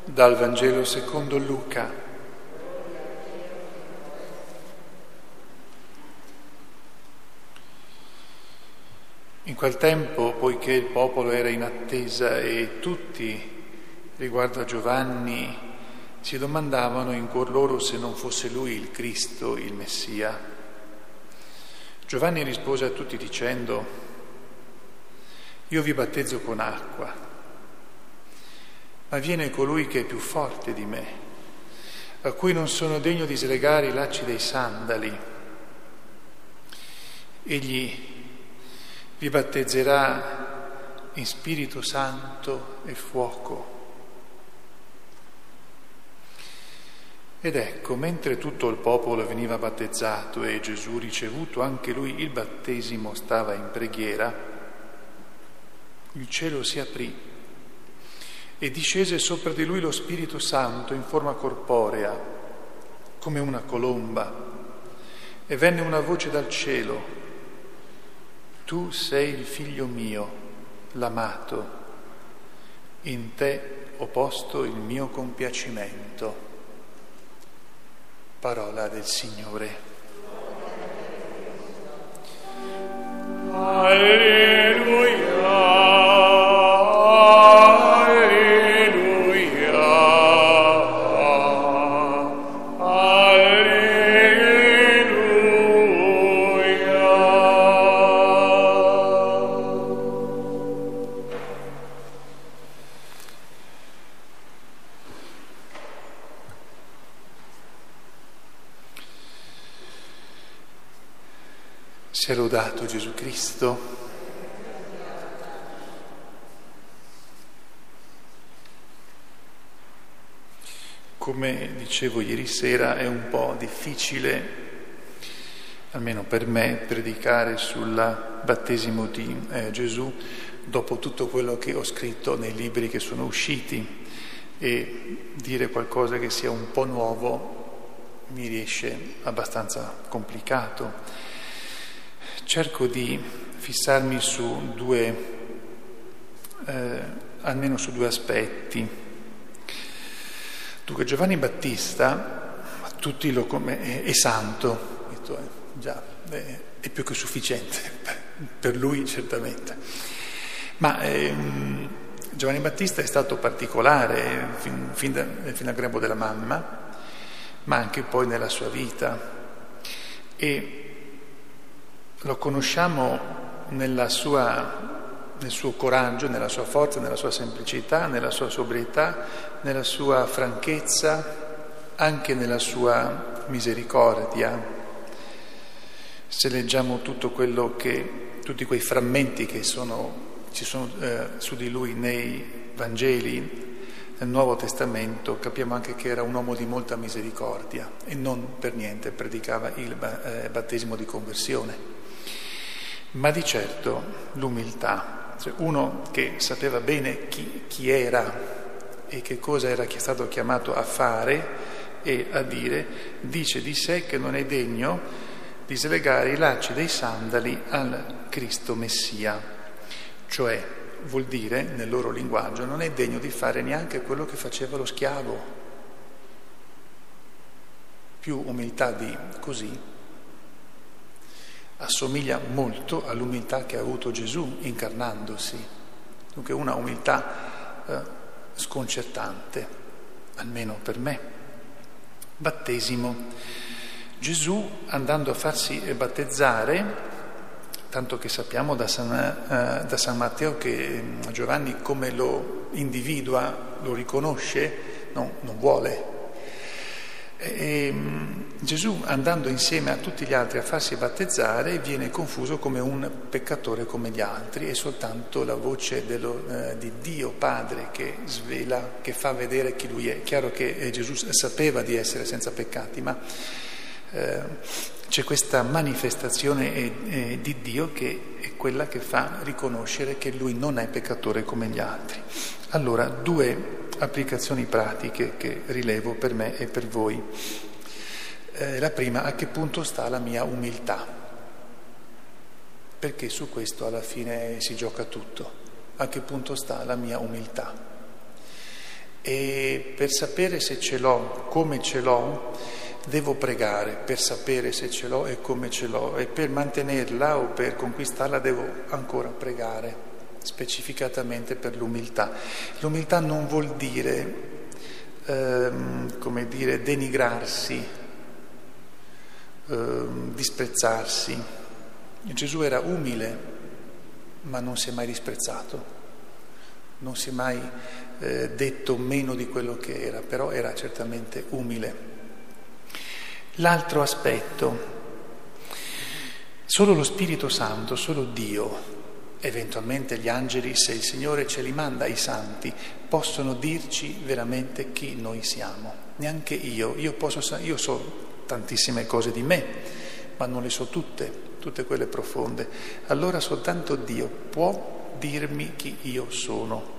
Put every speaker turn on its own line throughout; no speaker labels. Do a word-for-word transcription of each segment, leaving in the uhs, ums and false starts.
Dal Vangelo secondo Luca. In quel tempo, poiché il popolo era in attesa e tutti, riguardo a Giovanni, si domandavano in cuor loro se non fosse lui il Cristo, il Messia, Giovanni rispose a tutti dicendo: io vi battezzo con acqua, ma viene colui che è più forte di me, a cui non sono degno di slegare i lacci dei sandali. Egli vi battezzerà in Spirito Santo e fuoco. Ed ecco, mentre tutto il popolo veniva battezzato e Gesù, ricevuto anche lui il battesimo, stava in preghiera, il cielo si aprì e discese sopra di lui lo Spirito Santo in forma corporea, come una colomba, e venne una voce dal cielo: tu sei il figlio mio, l'amato, in te ho posto il mio compiacimento. Parola del Signore.
Alleluia.
Sia lodato Gesù Cristo. Come dicevo ieri sera, è un po' difficile, almeno per me, predicare sul battesimo di eh, Gesù dopo tutto quello che ho scritto nei libri che sono usciti, e dire qualcosa che sia un po' nuovo mi riesce abbastanza complicato. Cerco di fissarmi su due, eh, almeno su due aspetti. Dunque, Giovanni Battista, tutti lo come è, è santo, detto, eh, già è, è più che sufficiente per lui certamente, ma ehm, Giovanni Battista è stato particolare fin, fin, da, fin dal grembo della mamma, ma anche poi nella sua vita, e lo conosciamo nella sua, nel suo coraggio, nella sua forza, nella sua semplicità, nella sua sobrietà, nella sua franchezza, anche nella sua misericordia. Se leggiamo tutto quello che, tutti quei frammenti che sono, ci sono eh, su di lui nei Vangeli, nel Nuovo Testamento, capiamo anche che era un uomo di molta misericordia e non per niente predicava il eh, battesimo di conversione. Ma di certo l'umiltà, cioè uno che sapeva bene chi, chi era e che cosa era stato chiamato a fare e a dire, dice di sé che non è degno di slegare i lacci dei sandali al Cristo Messia, cioè vuol dire, nel loro linguaggio, non è degno di fare neanche quello che faceva lo schiavo. Più umiltà di così assomiglia molto all'umiltà che ha avuto Gesù incarnandosi. Dunque una umiltà eh, sconcertante, almeno per me. Battesimo. Gesù, andando a farsi battezzare, tanto che sappiamo da San, eh, da San Matteo che Giovanni come lo individua, lo riconosce, no, non vuole. E Gesù, andando insieme a tutti gli altri a farsi battezzare, viene confuso come un peccatore come gli altri, e soltanto la voce dello, eh, di Dio Padre che svela, che fa vedere chi lui è. Chiaro che eh, Gesù sapeva di essere senza peccati, ma eh, c'è questa manifestazione eh, eh, di Dio che è quella che fa riconoscere che lui non è peccatore come gli altri. Allora, due applicazioni pratiche che rilevo per me e per voi. Eh, la prima: a che punto sta la mia umiltà? Perché su questo alla fine si gioca tutto. A che punto sta la mia umiltà? E per sapere se ce l'ho, come ce l'ho, devo pregare per sapere se ce l'ho e come ce l'ho, e per mantenerla o per conquistarla devo ancora pregare, specificatamente per l'umiltà. L'umiltà non vuol dire, ehm, come dire, denigrarsi, ehm, disprezzarsi. Gesù era umile, ma non si è mai disprezzato. Non si è mai eh, detto meno di quello che era, però era certamente umile. L'altro aspetto, solo lo Spirito Santo, solo Dio, eventualmente gli angeli, se il Signore ce li manda i santi, possono dirci veramente chi noi siamo. Neanche io, io, posso, io so tantissime cose di me, ma non le so tutte, tutte quelle profonde. Allora soltanto Dio può dirmi chi io sono,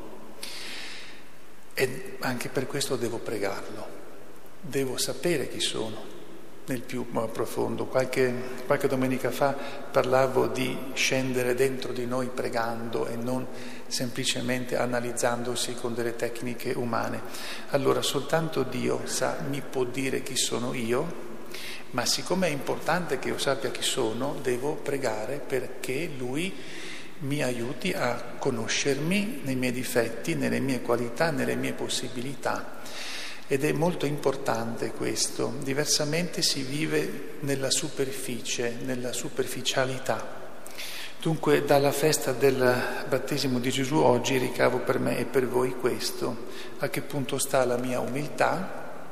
e anche per questo devo pregarlo, devo sapere chi sono nel più profondo. Qualche, qualche domenica fa parlavo di scendere dentro di noi pregando e non semplicemente analizzandosi con delle tecniche umane. Allora soltanto Dio sa, mi può dire chi sono io, ma siccome è importante che io sappia chi sono, devo pregare perché Lui mi aiuti a conoscermi nei miei difetti, nelle mie qualità, nelle mie possibilità. Ed è molto importante questo, diversamente si vive nella superficie, nella superficialità. Dunque dalla festa del battesimo di Gesù oggi ricavo per me e per voi questo: a che punto sta la mia umiltà,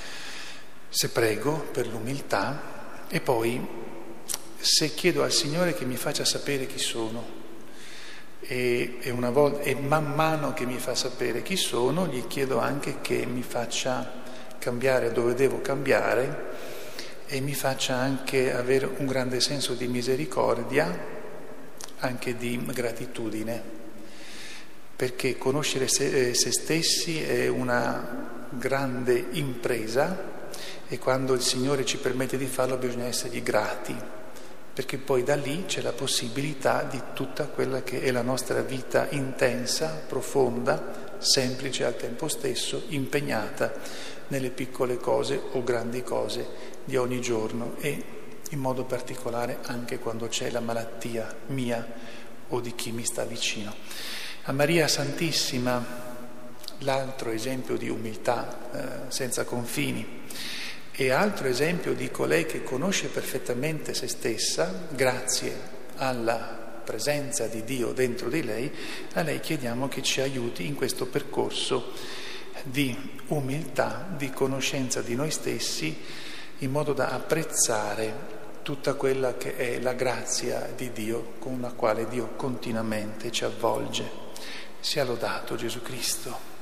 se prego per l'umiltà, e poi se chiedo al Signore che mi faccia sapere chi sono. E, e, una volta, e man mano che mi fa sapere chi sono, gli chiedo anche che mi faccia cambiare dove devo cambiare e mi faccia anche avere un grande senso di misericordia, anche di gratitudine, perché conoscere se, se stessi è una grande impresa e quando il Signore ci permette di farlo bisogna essergli grati, perché poi da lì c'è la possibilità di tutta quella che è la nostra vita intensa, profonda, semplice al tempo stesso, impegnata nelle piccole cose o grandi cose di ogni giorno, e in modo particolare anche quando c'è la malattia mia o di chi mi sta vicino. A Maria Santissima, l'altro esempio di umiltà eh, senza confini, e altro esempio di colei che conosce perfettamente se stessa, grazie alla presenza di Dio dentro di lei, a lei chiediamo che ci aiuti in questo percorso di umiltà, di conoscenza di noi stessi, in modo da apprezzare tutta quella che è la grazia di Dio con la quale Dio continuamente ci avvolge. Sia lodato Gesù Cristo.